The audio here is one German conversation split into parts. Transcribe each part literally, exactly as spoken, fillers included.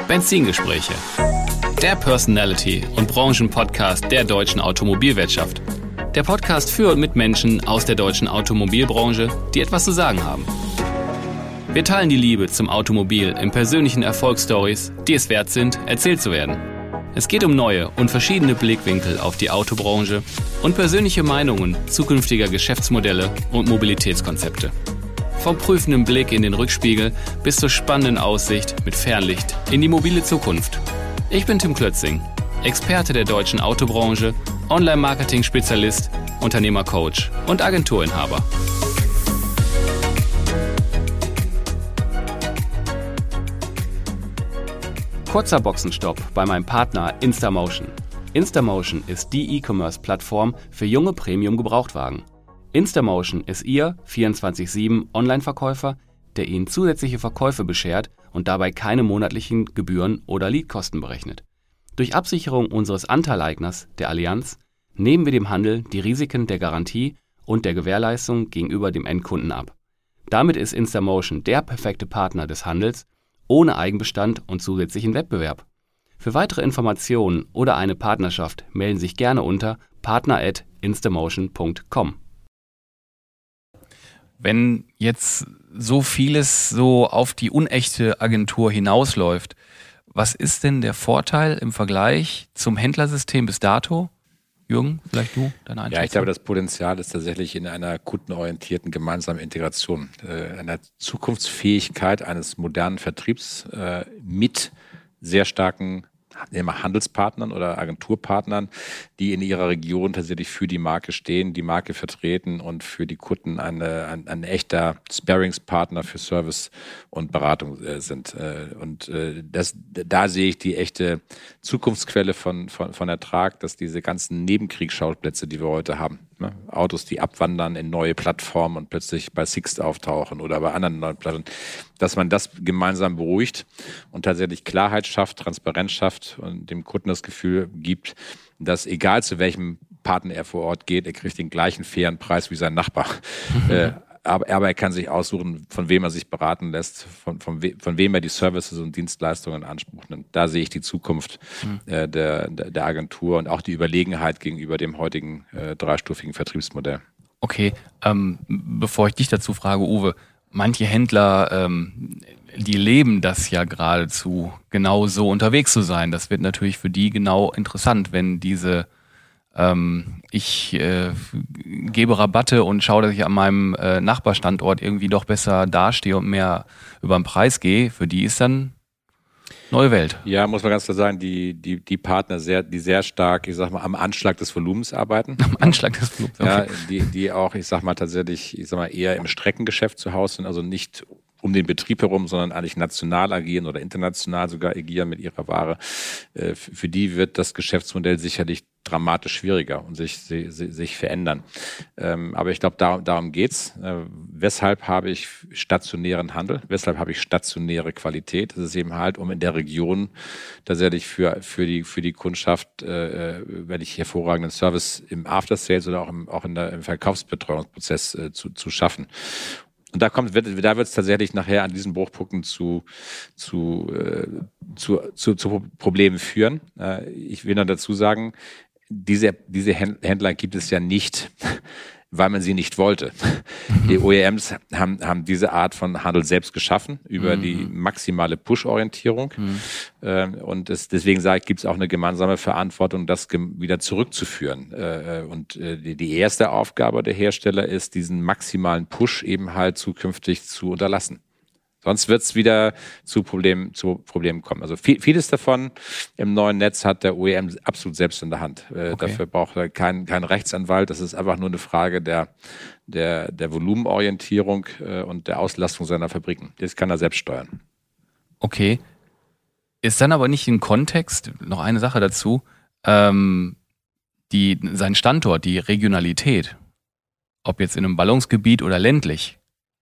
Benzingespräche. Der Personality- und Branchenpodcast der deutschen Automobilwirtschaft. Der Podcast für und mit Menschen aus der deutschen Automobilbranche, die etwas zu sagen haben. Wir teilen die Liebe zum Automobil in persönlichen Erfolgsstories, die es wert sind, erzählt zu werden. Es geht um neue und verschiedene Blickwinkel auf die Autobranche und persönliche Meinungen zukünftiger Geschäftsmodelle und Mobilitätskonzepte. Vom prüfenden Blick in den Rückspiegel bis zur spannenden Aussicht mit Fernlicht in die mobile Zukunft. Ich bin Tim Klötzing, Experte der deutschen Autobranche, Online-Marketing-Spezialist, Unternehmercoach und Agenturinhaber. Kurzer Boxenstopp bei meinem Partner Instamotion. Instamotion ist die E-Commerce-Plattform für junge Premium-Gebrauchtwagen. Instamotion ist Ihr vierundzwanzig sieben Online-Verkäufer, der Ihnen zusätzliche Verkäufe beschert und dabei keine monatlichen Gebühren oder Leadkosten berechnet. Durch Absicherung unseres Anteileigners, der Allianz, nehmen wir dem Handel die Risiken der Garantie und der Gewährleistung gegenüber dem Endkunden ab. Damit ist Instamotion der perfekte Partner des Handels, ohne Eigenbestand und zusätzlichen Wettbewerb. Für weitere Informationen oder eine Partnerschaft melden Sie sich gerne unter partner at instamotion punkt com. Wenn jetzt so vieles so auf die unechte Agentur hinausläuft, was ist denn der Vorteil im Vergleich zum Händlersystem bis dato? Jürgen, vielleicht du, deine Einschätzung? Ja, ich glaube, das Potenzial ist tatsächlich in einer kundenorientierten gemeinsamen Integration, äh, einer Zukunftsfähigkeit eines modernen Vertriebs äh, mit sehr starken Handelspartnern oder Agenturpartnern, die in ihrer Region tatsächlich für die Marke stehen, die Marke vertreten und für die Kunden eine, ein, ein echter Sparringspartner für Service und Beratung äh, sind. Äh, und äh, das, da sehe ich die echte Zukunftsquelle von, von, von Ertrag, dass diese ganzen Nebenkriegsschauplätze, die wir heute haben, ne? Autos, die abwandern in neue Plattformen und plötzlich bei Sixt auftauchen oder bei anderen neuen Plattformen, dass man das gemeinsam beruhigt und tatsächlich Klarheit schafft, Transparenz schafft und dem Kunden das Gefühl gibt, dass egal zu welchem Partner er vor Ort geht, er kriegt den gleichen fairen Preis wie sein Nachbar. Mhm. Äh, aber, aber er kann sich aussuchen, von wem er sich beraten lässt, von, von, we, von wem er die Services und Dienstleistungen in Anspruch nimmt. Da sehe ich die Zukunft mhm. äh, der, der Agentur und auch die Überlegenheit gegenüber dem heutigen äh, dreistufigen Vertriebsmodell. Okay, ähm, bevor ich dich dazu frage, Uwe, manche Händler, ähm, die leben das ja geradezu, genau so unterwegs zu sein. Das wird natürlich für die genau interessant, wenn diese ähm, ich äh, gebe Rabatte und schaue, dass ich an meinem äh, Nachbarstandort irgendwie doch besser dastehe und mehr über den Preis gehe. Für die ist dann neue Welt. Ja, muss man ganz klar sagen, die, die, die Partner, sehr, die sehr stark, ich sag mal, am Anschlag des Volumens arbeiten. Am Anschlag des Volumens, okay. Ja, die, die auch, ich sag mal, tatsächlich, ich sag mal, eher im Streckengeschäft zu Hause sind, also nicht um den Betrieb herum, sondern eigentlich national agieren oder international sogar agieren mit ihrer Ware. Äh, für die wird das Geschäftsmodell sicherlich dramatisch schwieriger und sich, sich, sich verändern. Ähm, aber ich glaube, darum, darum geht's. Äh, weshalb habe ich stationären Handel? Weshalb habe ich stationäre Qualität? Das ist eben halt, um in der Region tatsächlich für, für, die, für die Kundschaft, äh, wenn ich hervorragenden Service im After-Sales oder auch im, auch in der, im Verkaufsbetreuungsprozess äh, zu, zu schaffen. Und da kommt, wird, da wird es tatsächlich nachher an diesen Bruchpunkten zu, zu, äh, zu, zu, zu Problemen führen. Äh, ich will noch dazu sagen, diese, diese Händler gibt es ja nicht, weil man sie nicht wollte. Mhm. Die O E Ms haben, haben diese Art von Handel selbst geschaffen, über mhm. die maximale Push-Orientierung. Mhm. Ähm, und es, deswegen sage ich, gibt es auch eine gemeinsame Verantwortung, das gem- wieder zurückzuführen. Äh, und äh, die, die erste Aufgabe der Hersteller ist, diesen maximalen Push eben halt zukünftig zu unterlassen. Sonst wird es wieder zu Problemen, zu Problemen kommen. Also viel, vieles davon im neuen Netz hat der O E M absolut selbst in der Hand. Äh, okay. Dafür braucht er keinen kein Rechtsanwalt. Das ist einfach nur eine Frage der, der, der Volumenorientierung äh, und der Auslastung seiner Fabriken. Das kann er selbst steuern. Okay. Ist dann aber nicht im Kontext, noch eine Sache dazu, ähm, die, sein Standort, die Regionalität, ob jetzt in einem Ballungsgebiet oder ländlich,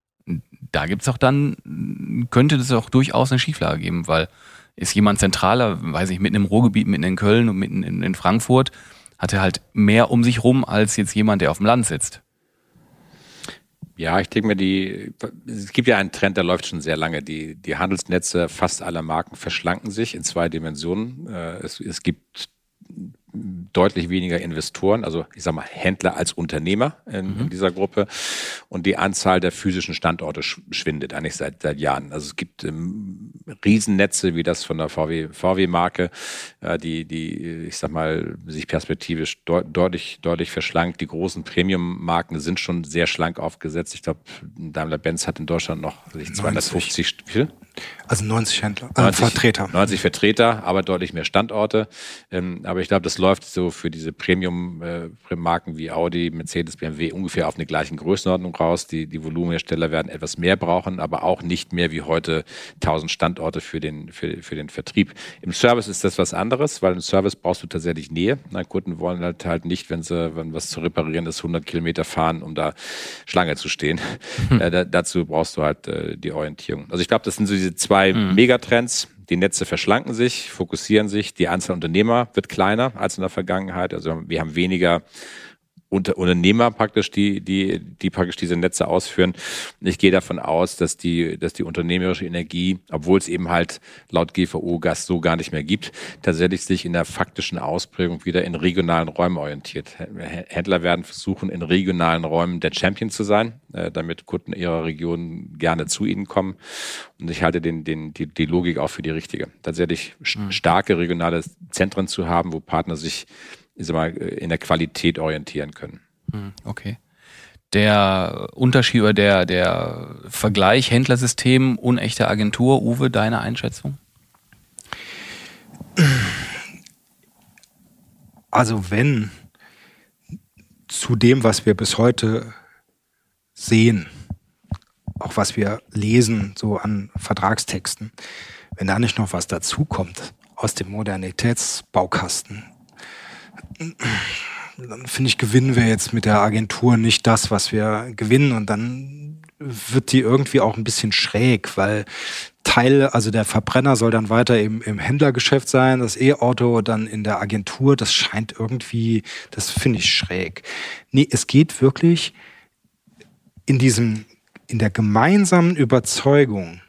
da gibt es auch dann, könnte es auch durchaus eine Schieflage geben, weil ist jemand zentraler, weiß ich, mitten im Ruhrgebiet, mitten in Köln und mitten in, in Frankfurt, hat er halt mehr um sich rum als jetzt jemand, der auf dem Land sitzt. Ja, ich denke mir, die, es gibt ja einen Trend, der läuft schon sehr lange. Die, die Handelsnetze fast aller Marken verschlanken sich in zwei Dimensionen. Es, es gibt deutlich weniger Investoren, also ich sag mal Händler als Unternehmer in, mhm. in dieser Gruppe, und die Anzahl der physischen Standorte schwindet eigentlich seit, seit Jahren. Also es gibt ähm, Riesennetze wie das von der V W, V W-Marke, äh, die, die, ich sag mal, sich perspektivisch de- deutlich, deutlich verschlankt. Die großen Premium-Marken sind schon sehr schlank aufgesetzt. Ich glaube, Daimler-Benz hat in Deutschland noch zweihundertfünfzig, wie viel? Also neunzig Händler, äh, neunzig, Vertreter. neunzig Vertreter, aber deutlich mehr Standorte. Ähm, aber ich glaube, das läuft so für diese Premium-Marken äh, wie Audi, Mercedes, B M W ungefähr auf eine gleichen Größenordnung raus. Die, die Volumenhersteller werden etwas mehr brauchen, aber auch nicht mehr wie heute tausend Standorte für den, für, für den Vertrieb. Im Service ist das was anderes, weil im Service brauchst du tatsächlich Nähe. Na, Kunden wollen halt, halt nicht, wenn sie, wenn was zu reparieren ist, hundert Kilometer fahren, um da Schlange zu stehen. Hm. Äh, da, dazu brauchst du halt äh, die Orientierung. Also ich glaube, das sind so diese zwei mhm. Megatrends. Die Netze verschlanken sich, fokussieren sich, die Anzahl Unternehmer wird kleiner als in der Vergangenheit. Also wir haben weniger Unter Unternehmer praktisch, die, die, die praktisch diese Netze ausführen. Und ich gehe davon aus, dass die, dass die unternehmerische Energie, obwohl es eben halt laut G V O-Gas so gar nicht mehr gibt, tatsächlich sich in der faktischen Ausprägung wieder in regionalen Räumen orientiert. Händler werden versuchen, in regionalen Räumen der Champion zu sein, äh, damit Kunden ihrer Region gerne zu ihnen kommen. Und ich halte den, den, die, die Logik auch für die richtige. Tatsächlich mhm. starke regionale Zentren zu haben, wo Partner sich ich sag mal, in der Qualität orientieren können. Okay. Der Unterschied oder der, der Vergleich Händlersystem, unechte Agentur, Uwe, deine Einschätzung? Also wenn zu dem, was wir bis heute sehen, auch was wir lesen, so an Vertragstexten, wenn da nicht noch was dazukommt aus dem Modernitätsbaukasten, dann finde ich, gewinnen wir jetzt mit der Agentur nicht das, was wir gewinnen, und dann wird die irgendwie auch ein bisschen schräg, weil Teil, also der Verbrenner soll dann weiter im, im Händlergeschäft sein, das E-Auto dann in der Agentur, das scheint irgendwie, das finde ich schräg. Nee, es geht wirklich in diesem, in der gemeinsamen Überzeugung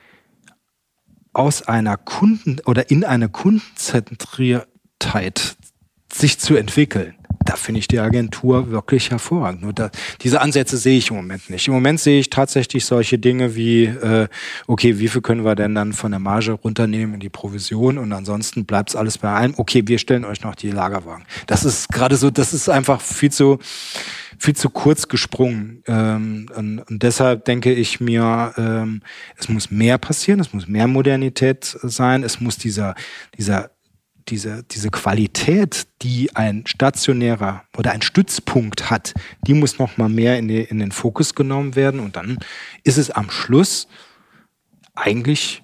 aus einer Kunden- oder in eine Kundenzentriertheit sich zu entwickeln. Da finde ich die Agentur wirklich hervorragend. Nur da, diese Ansätze sehe ich im Moment nicht. Im Moment sehe ich tatsächlich solche Dinge wie, äh, okay, wie viel können wir denn dann von der Marge runternehmen in die Provision, und ansonsten bleibt es alles bei einem. Okay, wir stellen euch noch die Lagerwagen. Das ist gerade so, das ist einfach viel zu, viel zu kurz gesprungen. Ähm, und, und deshalb denke ich mir, ähm, es muss mehr passieren, es muss mehr Modernität sein, es muss dieser, dieser Diese, diese Qualität, die ein stationärer oder ein Stützpunkt hat, die muss noch mal mehr in, die, in den Fokus genommen werden. Und dann ist es am Schluss eigentlich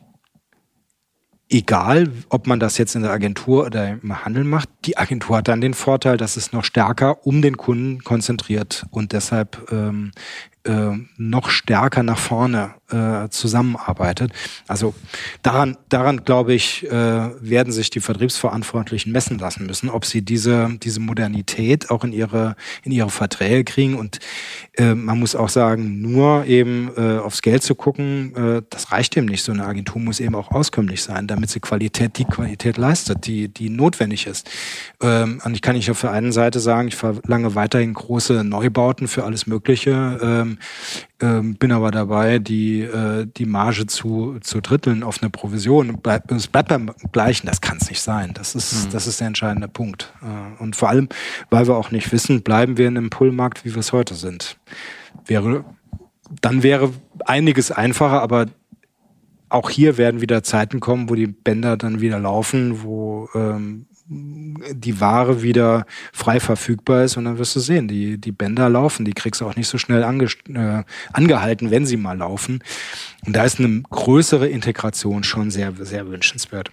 egal, ob man das jetzt in der Agentur oder im Handel macht. Die Agentur hat dann den Vorteil, dass es noch stärker um den Kunden konzentriert und deshalb ähm, äh, noch stärker nach vorne äh, zusammenarbeitet. Also daran, daran glaube ich, äh, werden sich die Vertriebsverantwortlichen messen lassen müssen, ob sie diese, diese Modernität auch in ihre, in ihre Verträge kriegen. Und äh, man muss auch sagen, nur eben äh, aufs Geld zu gucken, äh, das reicht eben nicht. So eine Agentur muss eben auch auskömmlich sein, damit sie Qualität, die Qualität leistet, die, die notwendig ist. Ähm, und ich kann nicht auf der einen Seite sagen, ich verlange weiterhin große Neubauten für alles Mögliche, ähm, ähm, bin aber dabei, die, äh, die Marge zu, zu dritteln auf eine Provision. Bleib, es bleibt beim Gleichen. Das kann es nicht sein. Das ist, mhm. das ist der entscheidende Punkt. Äh, und vor allem, weil wir auch nicht wissen, bleiben wir in einem Pull-Markt, wie wir es heute sind. Wäre, dann wäre einiges einfacher, aber auch hier werden wieder Zeiten kommen, wo die Bänder dann wieder laufen, wo ähm, die Ware wieder frei verfügbar ist, und dann wirst du sehen, die, die Bänder laufen, die kriegst du auch nicht so schnell ange, äh, angehalten, wenn sie mal laufen. Und da ist eine größere Integration schon sehr, sehr wünschenswert.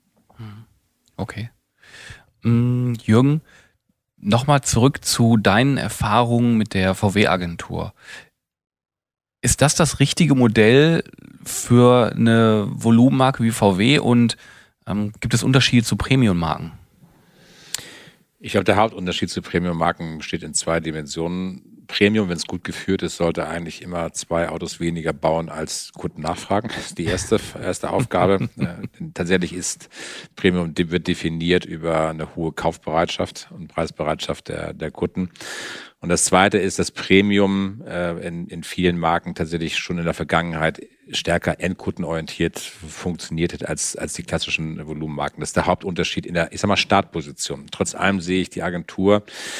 Okay. Mm, Jürgen, nochmal zurück zu deinen Erfahrungen mit der V W-Agentur. Ist das das richtige Modell für eine Volumenmarke wie V W, und ähm, gibt es Unterschiede zu Premium-Marken? Ich glaube, der Hauptunterschied zu Premium-Marken besteht in zwei Dimensionen. Premium, wenn es gut geführt ist, sollte eigentlich immer zwei Autos weniger bauen, als Kunden nachfragen. Das ist die erste, erste Aufgabe. äh, tatsächlich ist Premium wird definiert über eine hohe Kaufbereitschaft und Preisbereitschaft der, der Kunden. Und das Zweite ist, dass Premium äh, in, in vielen Marken tatsächlich schon in der Vergangenheit stärker endkundenorientiert funktioniert hat als, als die klassischen Volumenmarken. Das ist der Hauptunterschied in der, ich sag mal, Startposition. Trotz allem sehe ich die Agentur,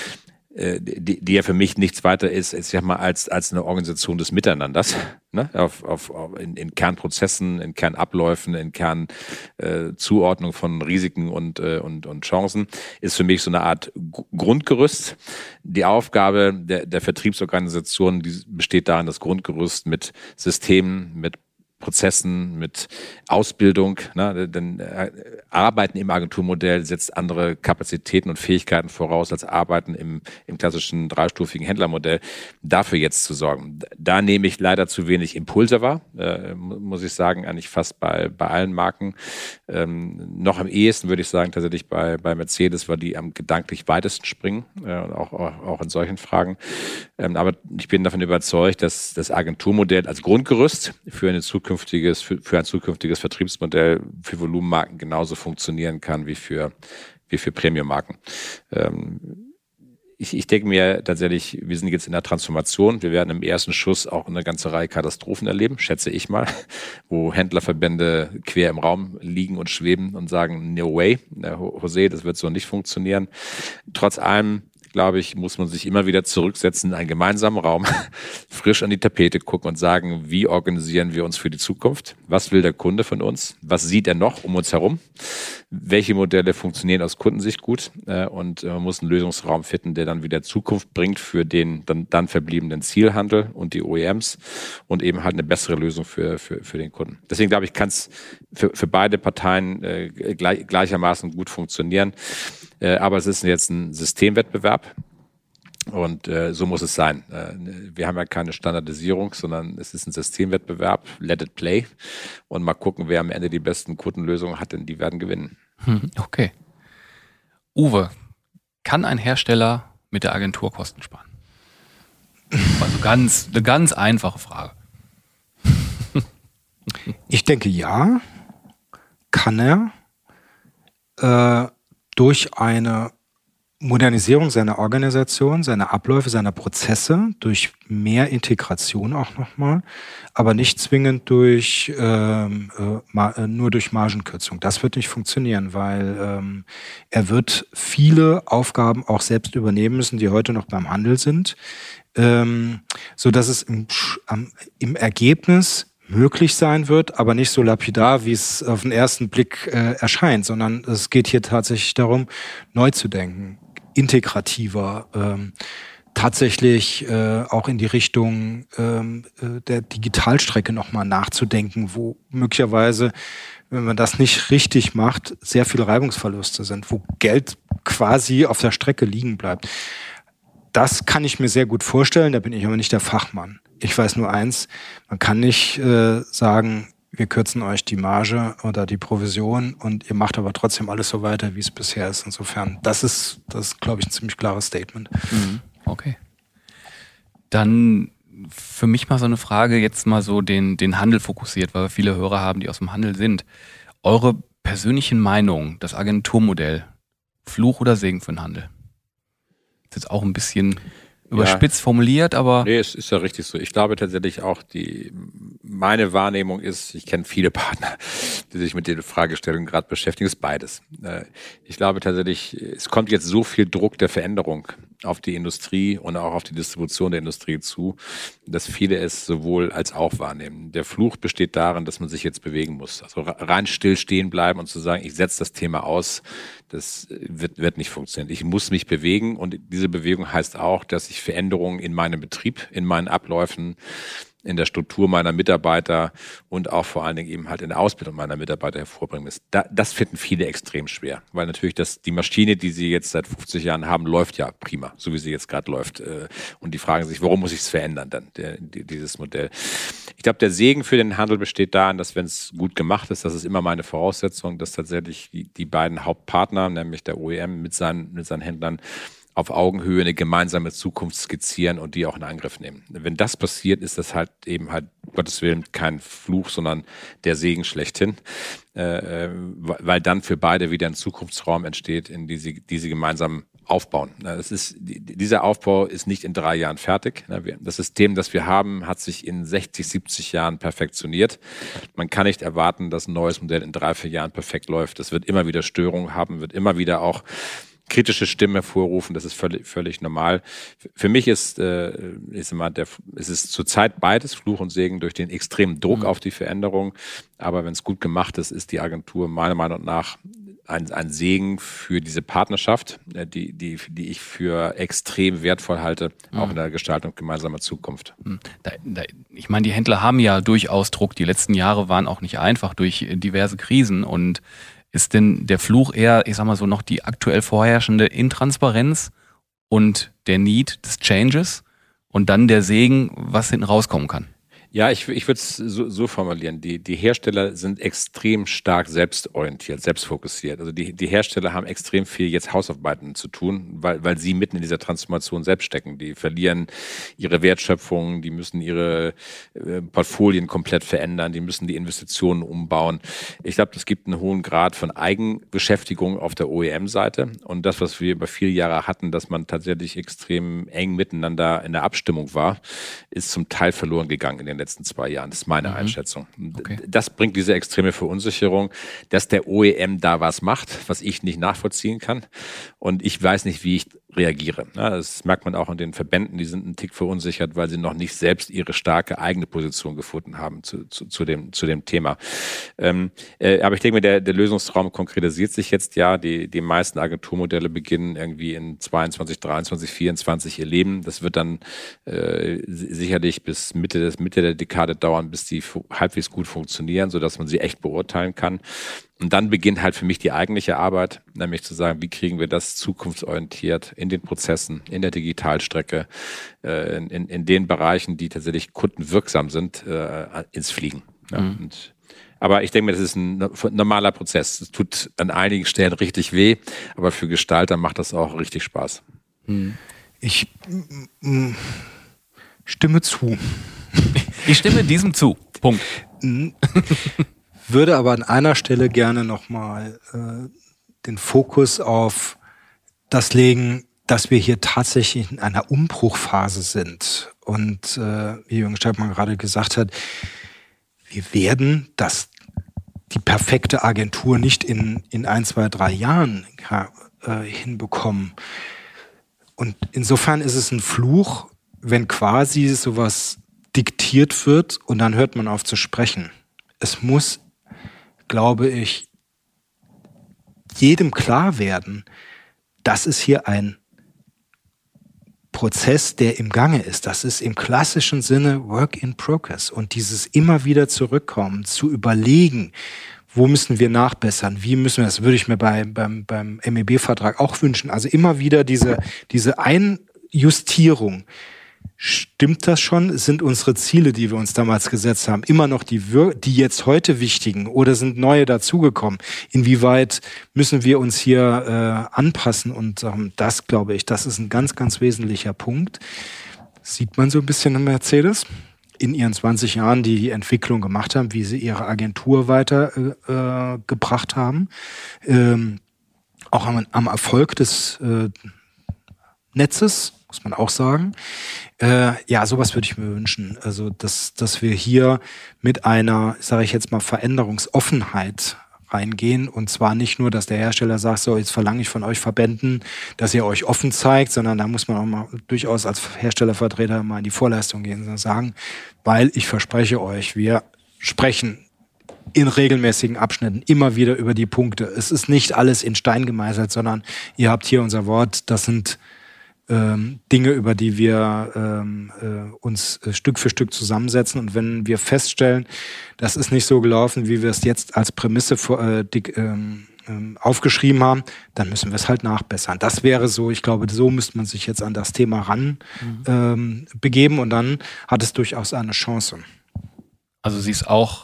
Die, die ja für mich nichts weiter ist, ich sag mal, als, als eine Organisation des Miteinanders, ne? auf, auf, auf, in, in Kernprozessen, in Kernabläufen, in Kernzuordnung äh, von Risiken und, äh, und, und Chancen, ist für mich so eine Art G- Grundgerüst. Die Aufgabe der, der Vertriebsorganisation, die besteht darin, das Grundgerüst mit Systemen, mit Prozessen, mit Ausbildung, ne, denn äh, Arbeiten im Agenturmodell setzt andere Kapazitäten und Fähigkeiten voraus als Arbeiten im, im klassischen dreistufigen Händlermodell, dafür jetzt zu sorgen. Da nehme ich leider zu wenig Impulse wahr, äh, muss ich sagen, eigentlich fast bei, bei allen Marken. Ähm, noch am ehesten würde ich sagen, tatsächlich bei, bei Mercedes, weil die am gedanklich weitesten springen, äh, auch, auch, auch in solchen Fragen. Ähm, aber ich bin davon überzeugt, dass das Agenturmodell als Grundgerüst für eine Zukunft Für, für ein zukünftiges Vertriebsmodell für Volumenmarken genauso funktionieren kann wie für, wie für Premium-Marken. Ähm, ich, ich denke mir tatsächlich, wir sind jetzt in der Transformation. Wir werden im ersten Schuss auch eine ganze Reihe Katastrophen erleben, schätze ich mal, wo Händlerverbände quer im Raum liegen und schweben und sagen, no way, José, das wird so nicht funktionieren. Trotz allem, glaube ich, muss man sich immer wieder zurücksetzen in einen gemeinsamen Raum, frisch an die Tapete gucken und sagen, wie organisieren wir uns für die Zukunft? Was will der Kunde von uns? Was sieht er noch um uns herum? Welche Modelle funktionieren aus Kundensicht gut? Und man muss einen Lösungsraum finden, der dann wieder Zukunft bringt für den dann, dann verbliebenen Zielhandel und die O E Ms und eben halt eine bessere Lösung für, für, für den Kunden. Deswegen glaube ich, kann es für, für beide Parteien äh, gleich, gleichermaßen gut funktionieren. Äh, aber es ist jetzt ein Systemwettbewerb. Und äh, so muss es sein. Äh, wir haben ja keine Standardisierung, sondern es ist ein Systemwettbewerb. Let it play. Und mal gucken, wer am Ende die besten Kundenlösungen hat, denn die werden gewinnen. Okay. Uwe, kann ein Hersteller mit der Agentur Kosten sparen? Also ganz, eine ganz einfache Frage. Ich denke, ja, kann er äh, durch eine Modernisierung seiner Organisation, seiner Abläufe, seiner Prozesse, durch mehr Integration auch nochmal, aber nicht zwingend durch ähm, äh, ma- nur durch Margenkürzung. Das wird nicht funktionieren, weil ähm, er wird viele Aufgaben auch selbst übernehmen müssen, die heute noch beim Handel sind, ähm, so dass es im, am, im Ergebnis möglich sein wird, aber nicht so lapidar, wie es auf den ersten Blick äh, erscheint, sondern es geht hier tatsächlich darum, neu zu denken, integrativer, ähm, tatsächlich äh, auch in die Richtung ähm, äh, der Digitalstrecke nochmal nachzudenken, wo möglicherweise, wenn man das nicht richtig macht, sehr viele Reibungsverluste sind, wo Geld quasi auf der Strecke liegen bleibt. Das kann ich mir sehr gut vorstellen, da bin ich aber nicht der Fachmann. Ich weiß nur eins, man kann nicht äh, sagen, wir kürzen euch die Marge oder die Provision und ihr macht aber trotzdem alles so weiter, wie es bisher ist. Insofern, das ist, das ist, glaube ich, ein ziemlich klares Statement. Mhm. Okay. Dann für mich mal so eine Frage, jetzt mal so den, den Handel fokussiert, weil wir viele Hörer haben, die aus dem Handel sind. Eure persönlichen Meinungen, das Agenturmodell, Fluch oder Segen für den Handel? Das ist jetzt auch ein bisschen überspitzt ja. formuliert, aber... Nee, es ist ja richtig so. Ich glaube tatsächlich auch, die meine Wahrnehmung ist, ich kenne viele Partner, die sich mit den Fragestellungen gerade beschäftigen, ist beides. Ich glaube tatsächlich, es kommt jetzt so viel Druck der Veränderung auf die Industrie und auch auf die Distribution der Industrie zu, dass viele es sowohl als auch wahrnehmen. Der Fluch besteht darin, dass man sich jetzt bewegen muss. Also rein still stehen bleiben und zu sagen, ich setze das Thema aus, das wird, wird nicht funktionieren. Ich muss mich bewegen und diese Bewegung heißt auch, dass ich Veränderungen in meinem Betrieb, in meinen Abläufen, in der Struktur meiner Mitarbeiter und auch vor allen Dingen eben halt in der Ausbildung meiner Mitarbeiter hervorbringen muss. Da, das finden viele extrem schwer, weil natürlich das, die Maschine, die sie jetzt seit fünfzig Jahren haben, läuft ja prima, so wie sie jetzt gerade läuft. Und die fragen sich, warum muss ich es verändern dann, der, dieses Modell? Ich glaube, der Segen für den Handel besteht darin, dass wenn es gut gemacht ist, das ist immer meine Voraussetzung, dass tatsächlich die, die beiden Hauptpartner, nämlich der O E M mit seinen, mit seinen Händlern, auf Augenhöhe eine gemeinsame Zukunft skizzieren und die auch in Angriff nehmen. Wenn das passiert, ist das halt eben halt, um Gottes Willen, kein Fluch, sondern der Segen schlechthin, äh, weil dann für beide wieder ein Zukunftsraum entsteht, in die sie, die sie gemeinsam aufbauen. Das ist, dieser Aufbau ist nicht in drei Jahren fertig. Das System, das wir haben, hat sich in sechzig, siebzig Jahren perfektioniert. Man kann nicht erwarten, dass ein neues Modell in drei, vier Jahren perfekt läuft. Es wird immer wieder Störungen haben, wird immer wieder auch kritische Stimmen hervorrufen, das ist völlig, völlig normal. Für mich ist, äh, ist immer der, es ist zurzeit beides, Fluch und Segen, durch den extremen Druck mhm. auf die Veränderung. Aber wenn es gut gemacht ist, ist die Agentur meiner Meinung nach ein, ein Segen für diese Partnerschaft, die, die, die ich für extrem wertvoll halte, mhm. auch in der Gestaltung gemeinsamer Zukunft. Da, da, ich meine, die Händler haben ja durchaus Druck. Die letzten Jahre waren auch nicht einfach durch diverse Krisen. Und ist denn der Fluch eher, ich sag mal so, noch die aktuell vorherrschende Intransparenz und der Need des Changes und dann der Segen, was hinten rauskommen kann? Ja, ich, ich würde es so, so formulieren. Die, die Hersteller sind extrem stark selbstorientiert, selbstfokussiert. Also die, die Hersteller haben extrem viel jetzt Hausarbeiten zu tun, weil, weil sie mitten in dieser Transformation selbst stecken. Die verlieren ihre Wertschöpfung, die müssen ihre äh, Portfolien komplett verändern, die müssen die Investitionen umbauen. Ich glaube, es gibt einen hohen Grad von Eigenbeschäftigung auf der O E M-Seite. Und das, was wir über viele Jahre hatten, dass man tatsächlich extrem eng miteinander in der Abstimmung war, ist zum Teil verloren gegangen in den letzten zwei Jahren. Das ist meine mhm. Einschätzung. Okay. Das bringt diese extreme Verunsicherung, dass der O E M da was macht, was ich nicht nachvollziehen kann. Und ich weiß nicht, wie ich reagiere. Das merkt man auch in den Verbänden, die sind einen Tick verunsichert, weil sie noch nicht selbst ihre starke eigene Position gefunden haben zu, zu, zu, dem, zu dem Thema. Ähm, äh, aber ich denke mir, der, der Lösungsraum konkretisiert sich jetzt ja. Die, die meisten Agenturmodelle beginnen irgendwie in zweiundzwanzig, dreiundzwanzig, vierundzwanzig ihr Leben. Das wird dann äh, sicherlich bis Mitte, des, Mitte der Dekade dauern, bis die halbwegs gut funktionieren, sodass man sie echt beurteilen kann. Und dann beginnt halt für mich die eigentliche Arbeit, nämlich zu sagen, wie kriegen wir das zukunftsorientiert in den Prozessen, in der Digitalstrecke, äh, in, in, in den Bereichen, die tatsächlich kundenwirksam sind, äh, ins Fliegen. Ja, mhm. und, aber ich denke mir, das ist ein normaler Prozess. Es tut an einigen Stellen richtig weh, aber für Gestalter macht das auch richtig Spaß. Mhm. Ich m- stimme zu. Ich stimme diesem zu. Punkt. Würde aber an einer Stelle gerne nochmal äh, den Fokus auf das legen, dass wir hier tatsächlich in einer Umbruchphase sind. Und äh, wie Jürgen Steibmann gerade gesagt hat, wir werden das, die perfekte Agentur nicht in, in ein, zwei, drei Jahren äh, hinbekommen. Und insofern ist es ein Fluch, wenn quasi sowas diktiert wird und dann hört man auf zu sprechen. Es muss, glaube ich, jedem klar werden, das ist hier ein Prozess, der im Gange ist. Das ist im klassischen Sinne Work in Progress. Und dieses immer wieder zurückkommen, zu überlegen, wo müssen wir nachbessern, wie müssen wir, das würde ich mir bei, beim, beim M E B-Vertrag auch wünschen. Also immer wieder diese, diese Einjustierung. Stimmt das schon? Sind unsere Ziele, die wir uns damals gesetzt haben, immer noch die, die jetzt heute wichtigen oder sind neue dazugekommen? Inwieweit müssen wir uns hier äh, anpassen? Und ähm, das, glaube ich, das ist ein ganz, ganz wesentlicher Punkt. Das sieht man so ein bisschen in Mercedes in ihren zwanzig Jahren, die die Entwicklung gemacht haben, wie sie ihre Agentur weiter äh, gebracht haben. Ähm, auch am, am Erfolg des äh, Netzes, muss man auch sagen. Äh, ja, sowas würde ich mir wünschen. Also, dass, dass wir hier mit einer, sage ich jetzt mal, Veränderungsoffenheit reingehen. Und zwar nicht nur, dass der Hersteller sagt, so, jetzt verlange ich von euch Verbänden, dass ihr euch offen zeigt, sondern da muss man auch mal durchaus als Herstellervertreter mal in die Vorleistung gehen und sagen, weil ich verspreche euch, wir sprechen in regelmäßigen Abschnitten immer wieder über die Punkte. Es ist nicht alles in Stein gemeißelt, sondern ihr habt hier unser Wort, das sind Ähm, Dinge, über die wir ähm, äh, uns äh, Stück für Stück zusammensetzen. Und wenn wir feststellen, das ist nicht so gelaufen, wie wir es jetzt als Prämisse vor, äh, dick, ähm, ähm, aufgeschrieben haben, dann müssen wir es halt nachbessern. Das wäre so, ich glaube, so müsste man sich jetzt an das Thema ran mhm. ähm, begeben und dann hat es durchaus eine Chance. Also sie ist auch,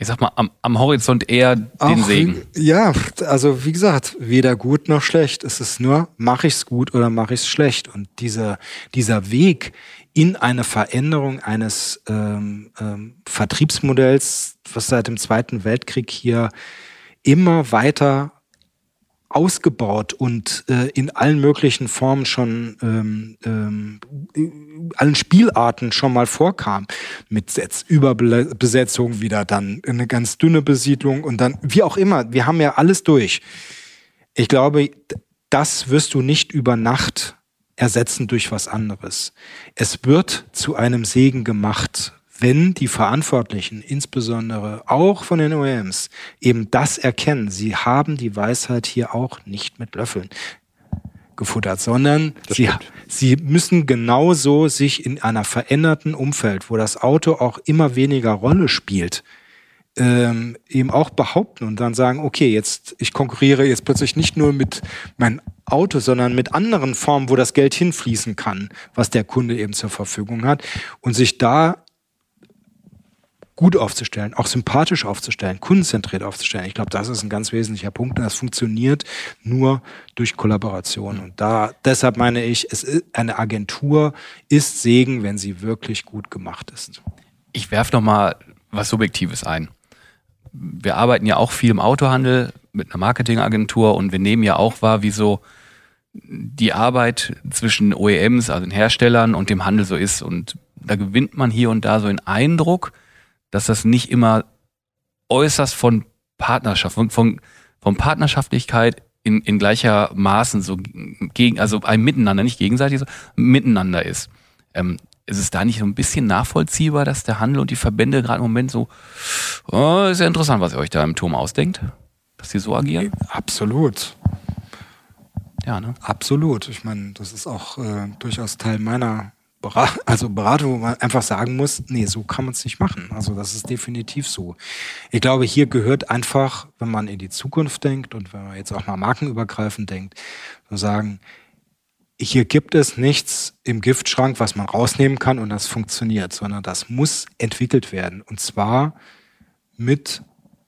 ich sag mal, am, am Horizont eher den Auch, Segen. Ja, also wie gesagt, weder gut noch schlecht. Es ist nur, mache ich es gut oder mache ich es schlecht? Und dieser, dieser Weg in eine Veränderung eines ähm, ähm, Vertriebsmodells, was seit dem Zweiten Weltkrieg hier immer weiter ausgebaut und äh, in allen möglichen Formen schon, ähm, ähm, allen Spielarten schon mal vorkam. Mit Überbesetzung, wieder dann eine ganz dünne Besiedlung und dann, wie auch immer, wir haben ja alles durch. Ich glaube, das wirst du nicht über Nacht ersetzen durch was anderes. Es wird zu einem Segen gemacht, wenn die Verantwortlichen, insbesondere auch von den O E Ms, eben das erkennen. Sie haben die Weisheit hier auch nicht mit Löffeln gefuttert, sondern sie, sie müssen genauso sich in einer veränderten Umfeld, wo das Auto auch immer weniger Rolle spielt, ähm, eben auch behaupten und dann sagen, okay, jetzt ich konkurriere jetzt plötzlich nicht nur mit meinem Auto, sondern mit anderen Formen, wo das Geld hinfließen kann, was der Kunde eben zur Verfügung hat, und sich da gut aufzustellen, auch sympathisch aufzustellen, kundenzentriert aufzustellen. Ich glaube, das ist ein ganz wesentlicher Punkt und das funktioniert nur durch Kollaboration. Und da, deshalb meine ich, es ist, eine Agentur ist Segen, wenn sie wirklich gut gemacht ist. Ich werfe noch mal was Subjektives ein. Wir arbeiten ja auch viel im Autohandel mit einer Marketingagentur und wir nehmen ja auch wahr, wie so die Arbeit zwischen O E Ms, also den Herstellern, und dem Handel so ist. Und da gewinnt man hier und da so einen Eindruck, dass das nicht immer äußerst von Partnerschaft, von, von, von Partnerschaftlichkeit in, in gleicher Maßen so gegen, also ein Miteinander, nicht gegenseitig, so miteinander ist. Ähm, ist es da nicht so ein bisschen nachvollziehbar, dass der Handel und die Verbände gerade im Moment so, oh, ist ja interessant, was ihr euch da im Turm ausdenkt, dass sie so agieren? Absolut. Ja, ne? Absolut. Ich meine, das ist auch äh, durchaus Teil meiner Berat- also Beratung, wo man einfach sagen muss, nee, so kann man es nicht machen. Also das ist definitiv so. Ich glaube, hier gehört einfach, wenn man in die Zukunft denkt und wenn man jetzt auch mal markenübergreifend denkt, zu sagen, hier gibt es nichts im Giftschrank, was man rausnehmen kann und das funktioniert, sondern das muss entwickelt werden. Und zwar mit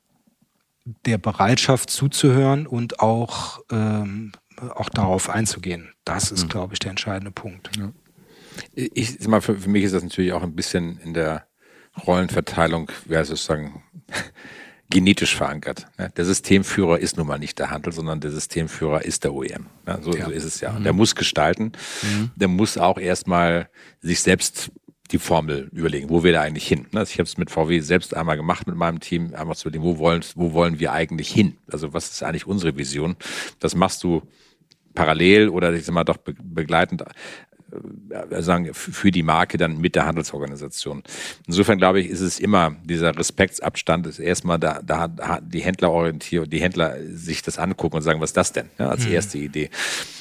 der Bereitschaft zuzuhören und auch, ähm, auch darauf einzugehen. Das ist, mhm. glaube ich, der entscheidende Punkt. Ja. Ich sag mal, für, für mich ist das natürlich auch ein bisschen in der Rollenverteilung, ja, sozusagen genetisch verankert. Der Systemführer ist nun mal nicht der Handel, sondern der Systemführer ist der O E M. Ja, so, ja. so ist es ja. Mhm. Der muss gestalten. Mhm. Der muss auch erstmal sich selbst die Formel überlegen, wo wir da eigentlich hin. Ich habe es mit V W selbst einmal gemacht mit meinem Team, einmal zu überlegen, wo wollen, wo wollen wir eigentlich hin? Also was ist eigentlich unsere Vision? Das machst du parallel oder ich sag mal doch begleitend sagen, für die Marke dann mit der Handelsorganisation. Insofern glaube ich, ist es immer dieser Respektsabstand, ist erstmal da, da die Händler orientieren, die Händler sich das angucken und sagen, was ist das denn? Ja, als erste mhm. Idee.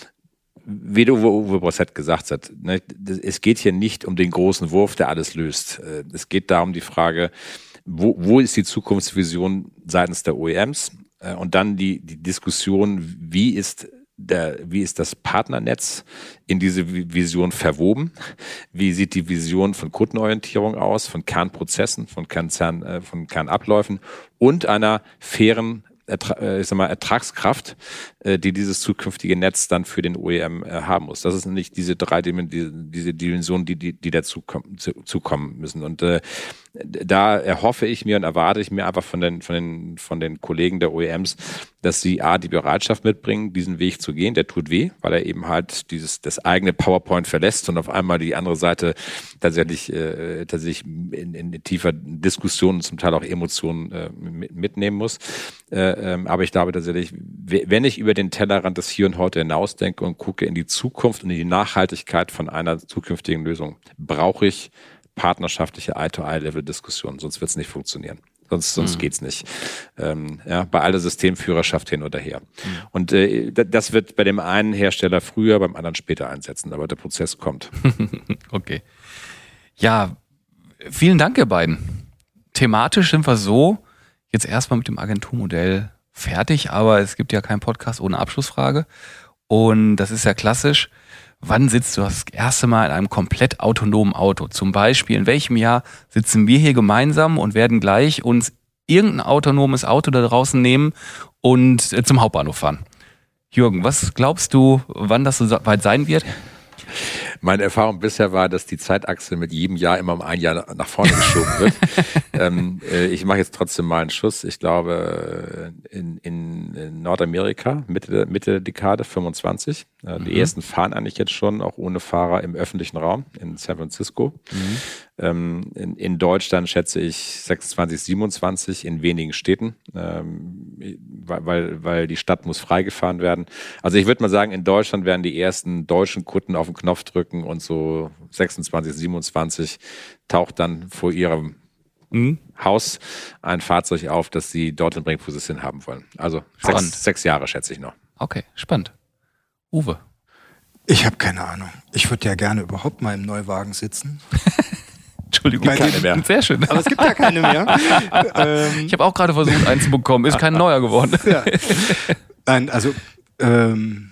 Wie Uwe, Uwe Brossett gesagt hat, ne, es geht hier nicht um den großen Wurf, der alles löst. Es geht da um die Frage, wo, wo ist die Zukunftsvision seitens der O E Ms? Und dann die, die Diskussion, wie ist Der, wie ist das Partnernetz in diese Vision verwoben? Wie sieht die Vision von Kundenorientierung aus, von Kernprozessen, von, Kern, äh, von Kernabläufen und einer fairen Ertra- ich sag mal, Ertragskraft, äh, die dieses zukünftige Netz dann für den O E M äh, haben muss. Das ist nicht diese drei Dimensionen, diese Dimensionen, die, die, die dazu kommen, zu, zukommen müssen. Und äh, da erhoffe ich mir und erwarte ich mir einfach von den, von den, von den Kollegen der O E Ms, dass sie A, die Bereitschaft mitbringen, diesen Weg zu gehen. Der tut weh, weil er eben halt dieses, das eigene PowerPoint verlässt und auf einmal die andere Seite tatsächlich, äh, tatsächlich in, in tiefer Diskussionen, zum Teil auch Emotionen äh, mitnehmen muss. Äh, ähm, aber ich glaube tatsächlich, wenn ich über den Tellerrand des Hier und Heute hinausdenke und gucke in die Zukunft und in die Nachhaltigkeit von einer zukünftigen Lösung, brauche ich partnerschaftliche Eye-to-Eye-Level-Diskussionen, sonst wird es nicht funktionieren. Sonst, sonst mhm. geht's nicht. Ähm, ja, bei aller Systemführerschaft hin oder her. Mhm. Und äh, das wird bei dem einen Hersteller früher, beim anderen später einsetzen, aber der Prozess kommt. Okay. Ja, vielen Dank, ihr beiden. Thematisch sind wir so jetzt erstmal mit dem Agenturmodell fertig, aber es gibt ja keinen Podcast ohne Abschlussfrage. Und das ist ja klassisch. Wann sitzt du das erste Mal in einem komplett autonomen Auto? Zum Beispiel, in welchem Jahr sitzen wir hier gemeinsam und werden gleich uns irgendein autonomes Auto da draußen nehmen und äh, zum Hauptbahnhof fahren. Jürgen, was glaubst du, wann das so weit sein wird? Meine Erfahrung bisher war, dass die Zeitachse mit jedem Jahr immer um ein Jahr nach vorne geschoben wird. ähm, äh, ich mache jetzt trotzdem mal einen Schuss. Ich glaube, in, in, in Nordamerika, Mitte, Mitte der Dekade, fünfundzwanzig. Äh, mhm. Die ersten fahren eigentlich jetzt schon, auch ohne Fahrer im öffentlichen Raum in San Francisco. Mhm. Ähm, in, in Deutschland schätze ich sechsundzwanzig, siebenundzwanzig in wenigen Städten, ähm, weil, weil die Stadt muss freigefahren werden. Also ich würde mal sagen, in Deutschland werden die ersten deutschen Kunden auf den Knopf drücken und so sechsundzwanzig, siebenundzwanzig taucht dann vor ihrem mhm. Haus ein Fahrzeug auf, das sie dorthin bringt, wo sie es hin haben wollen. Also sechs, sechs Jahre schätze ich noch. Okay, spannend. Uwe? Ich habe keine Ahnung. Ich würde ja gerne überhaupt mal im Neuwagen sitzen. Entschuldigung, keine mehr. Sehr schön. Aber es gibt ja keine mehr. ähm, ich habe auch gerade versucht, einen zu bekommen. Ist kein neuer geworden. Ja. Nein, also ähm,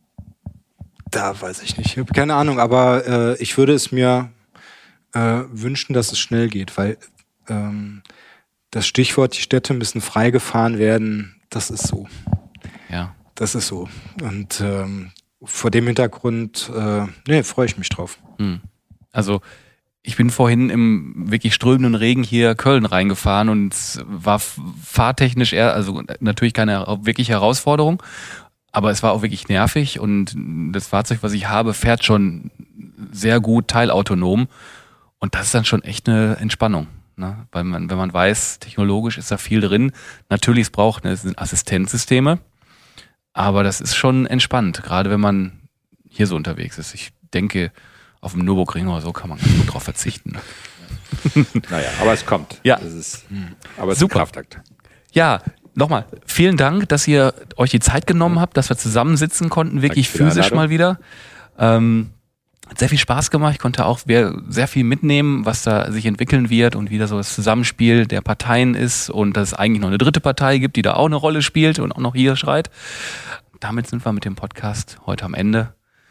da weiß ich nicht. Ich habe keine Ahnung, aber äh, ich würde es mir äh, wünschen, dass es schnell geht, weil ähm, das Stichwort, die Städte müssen freigefahren werden, das ist so. Ja. Das ist so. Und ähm, vor dem Hintergrund, äh, nee, freue ich mich drauf. Hm. Also ich bin vorhin im wirklich strömenden Regen hier Köln reingefahren und es war fahrtechnisch eher, also natürlich keine wirkliche Herausforderung, aber es war auch wirklich nervig und das Fahrzeug, was ich habe, fährt schon sehr gut teilautonom und das ist dann schon echt eine Entspannung, ne? Weil man, wenn man weiß, technologisch ist da viel drin, natürlich es braucht es Assistenzsysteme, aber das ist schon entspannt, gerade wenn man hier so unterwegs ist. Ich denke, auf dem Nürburgring oder so kann man ganz gut drauf verzichten. Naja, aber es kommt. Ja. Es ist, aber es Super. ist ein Kraftakt. Ja, nochmal, vielen Dank, dass ihr euch die Zeit genommen habt, dass wir zusammensitzen konnten, wirklich physisch mal wieder. Ähm, hat sehr viel Spaß gemacht. Ich konnte auch sehr viel mitnehmen, was da sich entwickeln wird und wie da so das Zusammenspiel der Parteien ist und dass es eigentlich noch eine dritte Partei gibt, die da auch eine Rolle spielt und auch noch hier schreit. Damit sind wir mit dem Podcast heute am Ende.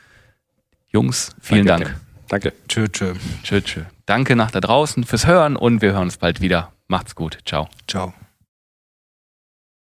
Jungs, vielen Danke, Dank. Danke. Tschö, tschö. Tschö, tschö. Danke nach da draußen fürs Hören und wir hören uns bald wieder. Macht's gut. Ciao. Ciao.